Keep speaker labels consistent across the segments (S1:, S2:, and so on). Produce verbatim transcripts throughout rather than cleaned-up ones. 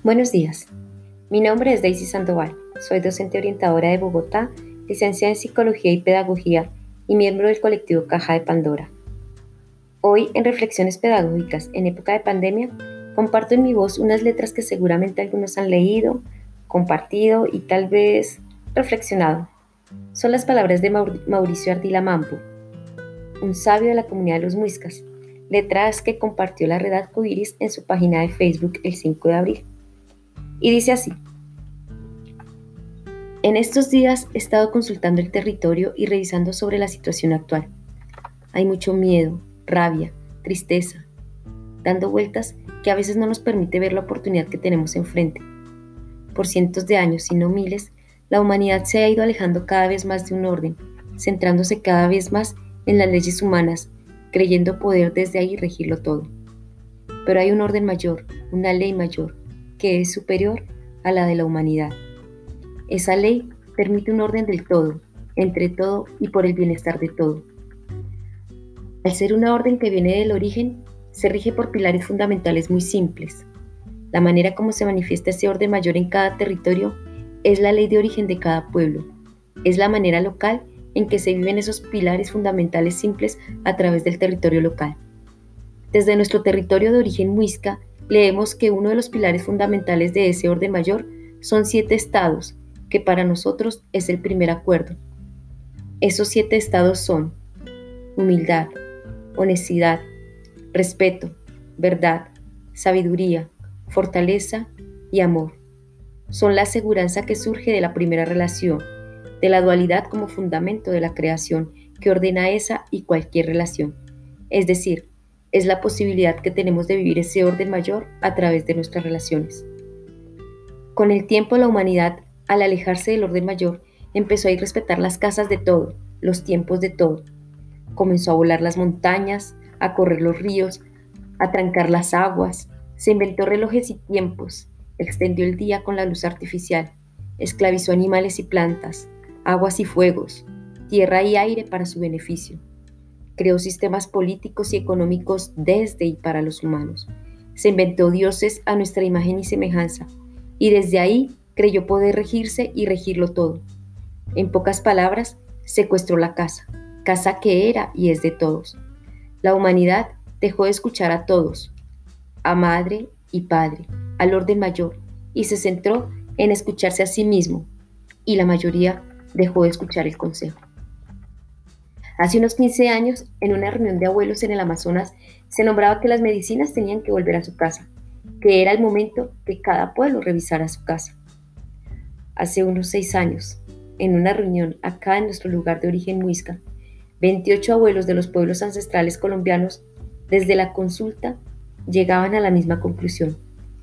S1: Buenos días, mi nombre es Daisy Sandoval, soy docente orientadora de Bogotá, licenciada en Psicología y Pedagogía y miembro del colectivo Caja de Pandora. Hoy, en Reflexiones Pedagógicas en época de pandemia, comparto en mi voz unas letras que seguramente algunos han leído, compartido y tal vez reflexionado. Son las palabras de Mauricio Ardila Mampo, un sabio de la comunidad de los Muiscas, letras que compartió la red Arcoiris en su página de Facebook el cinco de abril. Y dice así: en estos días he estado consultando el territorio y revisando sobre la situación actual. Hay mucho miedo, rabia, tristeza, dando vueltas que a veces no nos permite ver la oportunidad que tenemos enfrente. Por cientos de años, si no miles, la humanidad se ha ido alejando cada vez más de un orden, centrándose cada vez más en las leyes humanas, creyendo poder desde ahí regirlo todo. Pero hay un orden mayor, una ley mayor, que es superior a la de la humanidad. Esa ley permite un orden del todo, entre todo y por el bienestar de todo. Al ser una orden que viene del origen, se rige por pilares fundamentales muy simples. La manera como se manifiesta ese orden mayor en cada territorio es la ley de origen de cada pueblo. Es la manera local en que se viven esos pilares fundamentales simples a través del territorio local. Desde nuestro territorio de origen muisca, leemos que uno de los pilares fundamentales de ese orden mayor son siete estados, que para nosotros es el primer acuerdo. Esos siete estados son humildad, honestidad, respeto, verdad, sabiduría, fortaleza y amor. Son la aseguranza que surge de la primera relación, de la dualidad como fundamento de la creación que ordena esa y cualquier relación. Es decir, es la posibilidad que tenemos de vivir ese orden mayor a través de nuestras relaciones. Con el tiempo, la humanidad, al alejarse del orden mayor, empezó a irrespetar las casas de todo, los tiempos de todo. Comenzó a volar las montañas, a correr los ríos, a trancar las aguas. Se inventó relojes y tiempos, extendió el día con la luz artificial, esclavizó animales y plantas, aguas y fuegos, tierra y aire para su beneficio. Creó sistemas políticos y económicos desde y para los humanos. Se inventó dioses a nuestra imagen y semejanza, y desde ahí creyó poder regirse y regirlo todo. En pocas palabras, secuestró la casa, casa que era y es de todos. La humanidad dejó de escuchar a todos, a madre y padre, al orden mayor, y se centró en escucharse a sí mismo, y la mayoría dejó de escuchar el consejo. Hace unos quince años, en una reunión de abuelos en el Amazonas, se nombraba que las medicinas tenían que volver a su casa, que era el momento que cada pueblo revisara su casa. Hace unos seis años, en una reunión acá en nuestro lugar de origen muisca, veintiocho abuelos de los pueblos ancestrales colombianos, desde la consulta, llegaban a la misma conclusión.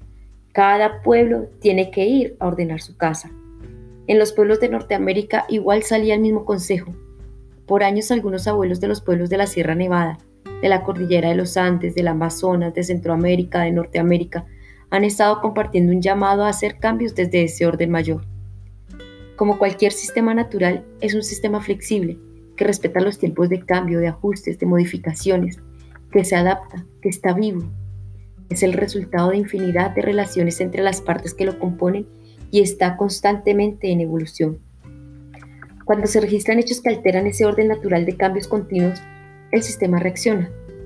S1: Cada pueblo tiene que ir a ordenar su casa. En los pueblos de Norteamérica igual salía el mismo consejo. Por años algunos abuelos de los pueblos de la Sierra Nevada, de la Cordillera de los Andes, del Amazonas, de Centroamérica, de Norteamérica, han estado compartiendo un llamado a hacer cambios desde ese orden mayor. Como cualquier sistema natural, es un sistema flexible, que respeta los tiempos de cambio, de ajustes, de modificaciones, que se adapta, que está vivo. Es el resultado de infinidad de relaciones entre las partes que lo componen y está constantemente en evolución. Cuando se registran hechos que alteran ese orden natural de cambios continuos, el sistema reacciona.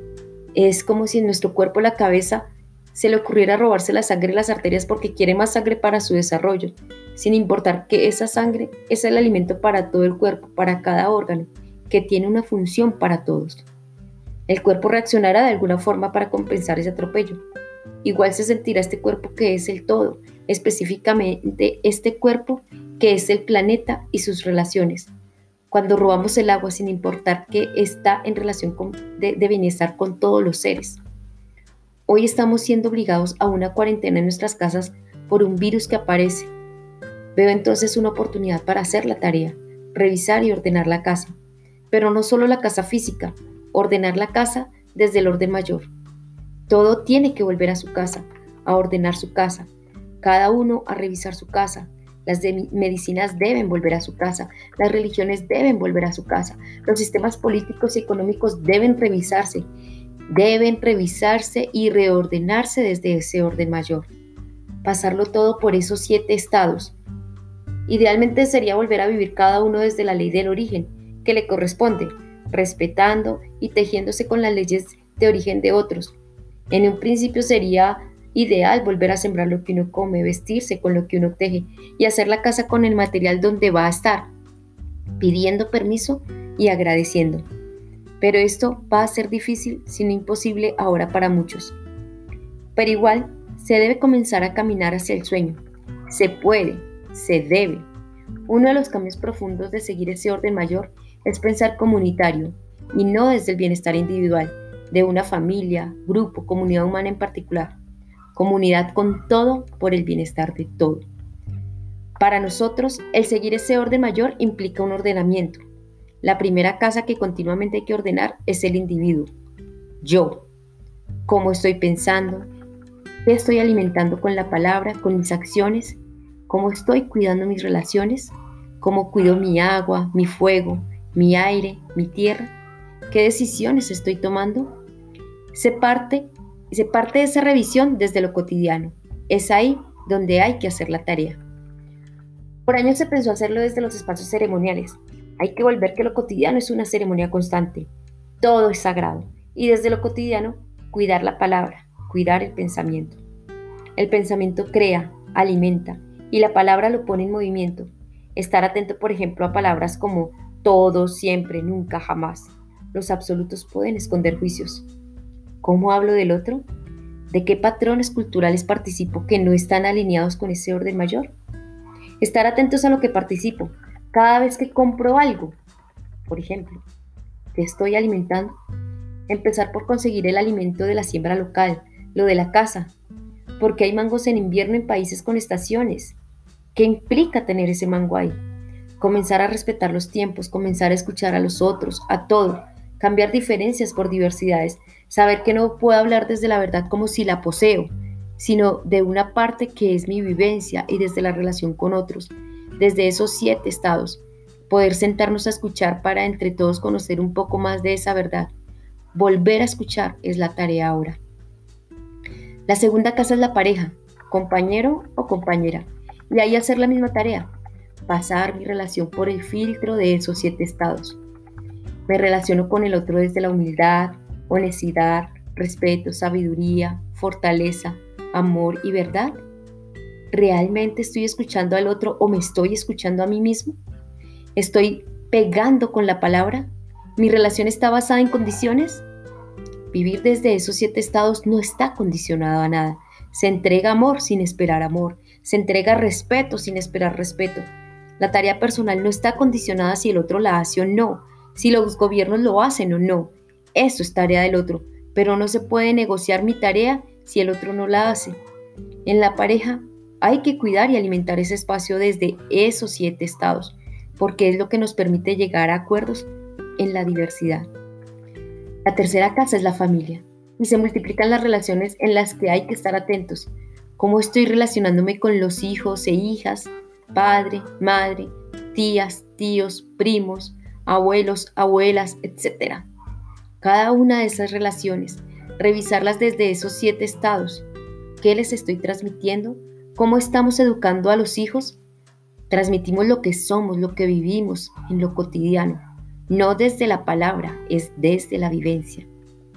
S1: Es como si en nuestro cuerpo la cabeza se le ocurriera robarse la sangre de las arterias porque quiere más sangre para su desarrollo, sin importar que esa sangre es el alimento para todo el cuerpo, para cada órgano, que tiene una función para todos. El cuerpo reaccionará de alguna forma para compensar ese atropello. Igual se sentirá este cuerpo que es el todo, específicamente este cuerpo que es el planeta y sus relaciones. Cuando robamos el agua sin importar que está en relación con, de, de bienestar con todos los seres. Hoy estamos siendo obligados a una cuarentena en nuestras casas por un virus que aparece. Veo entonces una oportunidad para hacer la tarea, revisar y ordenar la casa. Pero no solo la casa física, ordenar la casa desde el orden mayor. Todo tiene que volver a su casa, a ordenar su casa, cada uno a revisar su casa. Las de medicinas deben volver a su casa, las religiones deben volver a su casa, los sistemas políticos y económicos deben revisarse, deben revisarse y reordenarse desde ese orden mayor. pasarlo todo por esos siete estados. Idealmente sería volver a vivir cada uno desde la ley del origen, que le corresponde, respetando y tejiéndose con las leyes de origen de otros. En un principio sería ideal volver a sembrar lo que uno come, vestirse con lo que uno teje y hacer la casa con el material donde va a estar, pidiendo permiso y agradeciendo. Pero esto va a ser difícil, sino imposible ahora para muchos. Pero igual, se debe comenzar a caminar hacia el sueño. Se puede, se debe. Uno de los cambios profundos de seguir ese orden mayor es pensar comunitario y no desde el bienestar individual, de una familia, grupo, comunidad humana en particular. Comunidad con todo por el bienestar de todo. Para nosotros, el seguir ese orden mayor implica un ordenamiento. La primera casa que continuamente hay que ordenar es el individuo. Yo. ¿Cómo estoy pensando? ¿Qué estoy alimentando con la palabra, con mis acciones? ¿Cómo estoy cuidando mis relaciones? ¿Cómo cuido mi agua, mi fuego, mi aire, mi tierra? ¿Qué decisiones estoy tomando? Se parte, se parte de esa revisión desde lo cotidiano. Es ahí donde hay que hacer la tarea. Por años se pensó hacerlo desde los espacios ceremoniales. Hay que volver que lo cotidiano es una ceremonia constante. Todo es sagrado. Y desde lo cotidiano, cuidar la palabra, cuidar el pensamiento. El pensamiento crea, alimenta, y la palabra lo pone en movimiento. Estar atento, por ejemplo, a palabras como todo, siempre, nunca, jamás. Los absolutos pueden esconder juicios. ¿Cómo hablo del otro? ¿De qué patrones culturales participo que no están alineados con ese orden mayor? Estar atentos a lo que participo. Cada vez que compro algo, por ejemplo, ¿te estoy alimentando? Empezar por conseguir el alimento de la siembra local, lo de la casa. Porque hay mangos en invierno en países con estaciones. ¿Qué implica tener ese mango ahí? Comenzar a respetar los tiempos, comenzar a escuchar a los otros, a todo, cambiar diferencias por diversidades, saber que no puedo hablar desde la verdad como si la poseo, sino de una parte que es mi vivencia y desde la relación con otros, desde esos siete estados, poder sentarnos a escuchar para entre todos conocer un poco más de esa verdad. Volver a escuchar es la tarea ahora. La segunda casa es la pareja, compañero o compañera, y ahí hacer la misma tarea, pasar mi relación por el filtro de esos siete estados. Me relaciono con el otro desde la humildad, honestidad, respeto, sabiduría, fortaleza, amor y verdad. ¿Realmente estoy escuchando al otro o me estoy escuchando a mí mismo? ¿Estoy pegando con la palabra? ¿Mi relación está basada en condiciones? Vivir desde esos siete estados no está condicionado a nada. Se entrega amor sin esperar amor. Se entrega respeto sin esperar respeto. La tarea personal no está condicionada si el otro la hace o no, si los gobiernos lo hacen o no. Eso es tarea del otro, pero no se puede negociar mi tarea si el otro no la hace. En la pareja hay que cuidar y alimentar ese espacio desde esos siete estados, porque es lo que nos permite llegar a acuerdos en la diversidad. La tercera casa es la familia, y se multiplican las relaciones en las que hay que estar atentos. ¿Cómo estoy relacionándome con los hijos e hijas, padre, madre, tías, tíos, primos, abuelos, abuelas, etcétera? Cada una de esas relaciones, revisarlas desde esos siete estados. ¿Qué les estoy transmitiendo? ¿Cómo estamos educando a los hijos? Transmitimos lo que somos, lo que vivimos en lo cotidiano. No desde la palabra, es desde la vivencia.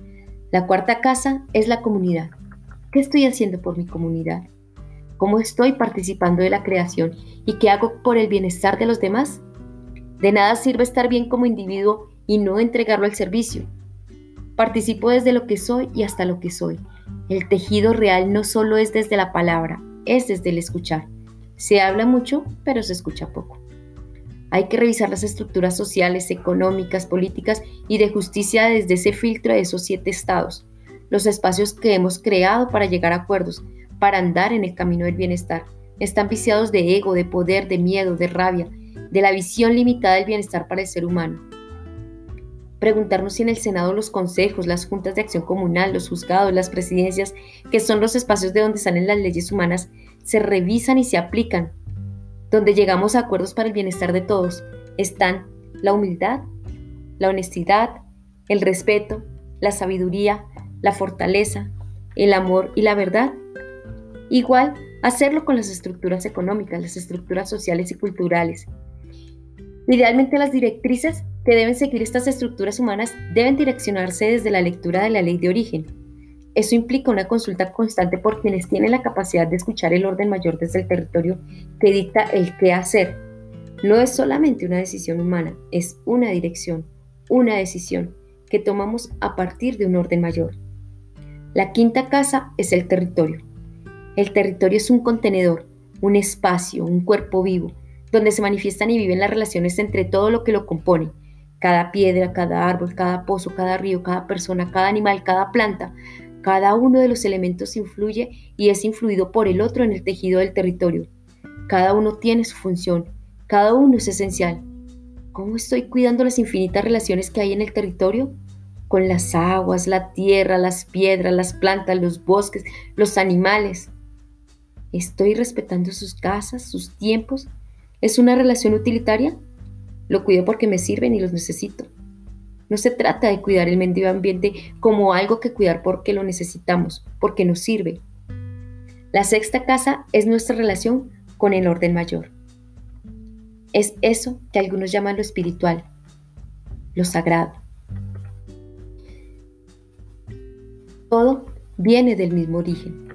S1: La cuarta casa es la comunidad. ¿Qué estoy haciendo por mi comunidad? ¿Cómo estoy participando de la creación y qué hago por el bienestar de los demás? De nada sirve estar bien como individuo y no entregarlo al servicio. Participo desde lo que soy y hasta lo que soy. El tejido real no solo es desde la palabra, es desde el escuchar. Se habla mucho, pero se escucha poco. Hay que revisar las estructuras sociales, económicas, políticas y de justicia desde ese filtro de esos siete estados, los espacios que hemos creado para llegar a acuerdos, para andar en el camino del bienestar. Están viciados de ego, de poder, de miedo, de rabia, de la visión limitada del bienestar para el ser humano. Preguntarnos si en el Senado los consejos, las juntas de acción comunal, los juzgados, las presidencias, que son los espacios de donde salen las leyes humanas, se revisan y se aplican, donde llegamos a acuerdos para el bienestar de todos, están la humildad, la honestidad, el respeto, la sabiduría, la fortaleza, el amor y la verdad. Igual, Hacerlo con las estructuras económicas, las estructuras sociales y culturales. Idealmente, las directrices que deben seguir estas estructuras humanas deben direccionarse desde la lectura de la ley de origen. Eso implica una consulta constante por quienes tienen la capacidad de escuchar el orden mayor desde el territorio que dicta el qué hacer. No es solamente una decisión humana, es una dirección, una decisión que tomamos a partir de un orden mayor. La quinta casa es el territorio. El territorio es un contenedor, un espacio, un cuerpo vivo, donde se manifiestan y viven las relaciones entre todo lo que lo compone. Cada piedra, cada árbol, cada pozo, cada río, cada persona, cada animal, cada planta, cada uno de los elementos influye y es influido por el otro en el tejido del territorio. Cada uno tiene su función, cada uno es esencial. ¿Cómo estoy cuidando las infinitas relaciones que hay en el territorio? Con las aguas, la tierra, las piedras, las plantas, los bosques, los animales. ¿Estoy respetando sus casas, sus tiempos? ¿Es una relación utilitaria? Lo cuido porque me sirven y los necesito. No se trata de cuidar el medio ambiente como algo que cuidar porque lo necesitamos, porque nos sirve. La sexta casa es nuestra relación con el orden mayor. Es eso que algunos llaman lo espiritual, lo sagrado. Todo viene del mismo origen.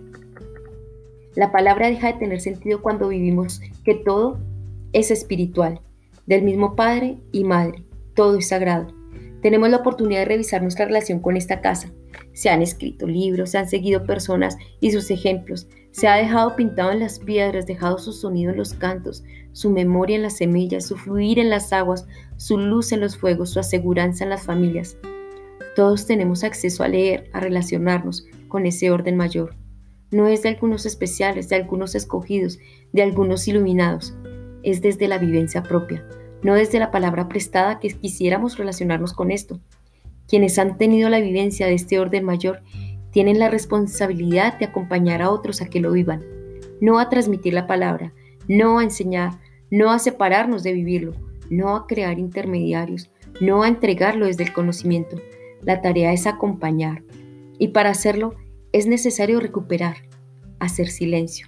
S1: La palabra deja de tener sentido cuando vivimos que todo es espiritual, del mismo Padre y Madre, todo es sagrado. Tenemos la oportunidad de revisar nuestra relación con esta casa. Se han escrito libros, se han seguido personas y sus ejemplos, se ha dejado pintado en las piedras, dejado su sonido en los cantos, su memoria en las semillas, su fluir en las aguas, su luz en los fuegos, su aseguranza en las familias. Todos tenemos acceso a leer, a relacionarnos con ese orden mayor. No es de algunos especiales, de algunos escogidos, de algunos iluminados. Es desde la vivencia propia, no desde la palabra prestada que quisiéramos relacionarnos con esto. Quienes han tenido la vivencia de este orden mayor tienen la responsabilidad de acompañar a otros a que lo vivan, no a transmitir la palabra, no a enseñar, no a separarnos de vivirlo, no a crear intermediarios, no a entregarlo desde el conocimiento. La tarea es acompañar y para hacerlo es necesario recuperar, hacer silencio.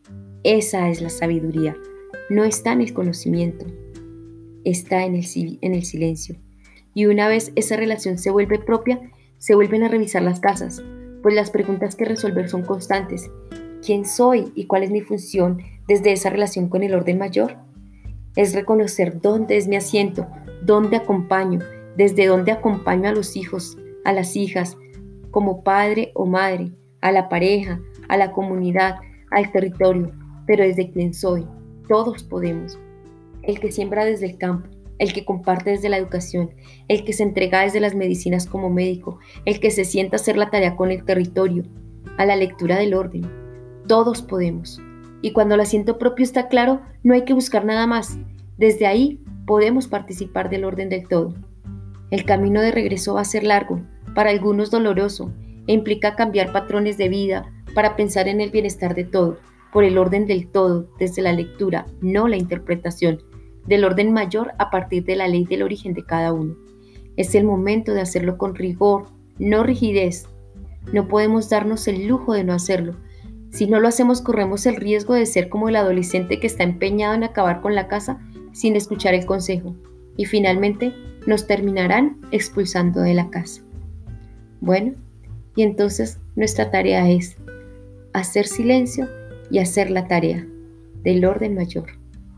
S1: Esa es la sabiduría. No está en el conocimiento, está en el, en el silencio. Y una vez esa relación se vuelve propia, se vuelven a revisar las casas, pues las preguntas que resolver son constantes. ¿Quién soy y cuál es mi función desde esa relación con el orden mayor? Es reconocer dónde es mi asiento, dónde acompaño, desde dónde acompaño a los hijos, a las hijas, como padre o madre, a la pareja, a la comunidad, al territorio, pero desde quién soy. Todos podemos. El que siembra desde el campo, el que comparte desde la educación, el que se entrega desde las medicinas como médico, el que se sienta a hacer la tarea con el territorio, a la lectura del orden. Todos podemos. Y cuando el asiento propio está claro, no hay que buscar nada más. Desde ahí podemos participar del orden del todo. El camino de regreso va a ser largo, para algunos doloroso, e implica cambiar patrones de vida para pensar en el bienestar de todo, por el orden del todo, desde la lectura, no la interpretación, del orden mayor a partir de la ley del origen de cada uno. Es el momento de hacerlo con rigor, no rigidez. No podemos darnos el lujo de no hacerlo. Si no lo hacemos, corremos el riesgo de ser como el adolescente que está empeñado en acabar con la casa sin escuchar el consejo, y finalmente nos terminarán expulsando de la casa. Bueno, y entonces nuestra tarea es hacer silencio y hacer la tarea del orden mayor.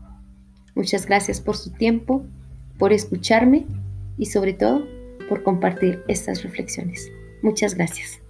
S1: Muchas gracias por su tiempo, por escucharme y sobre todo por compartir estas reflexiones. Muchas gracias.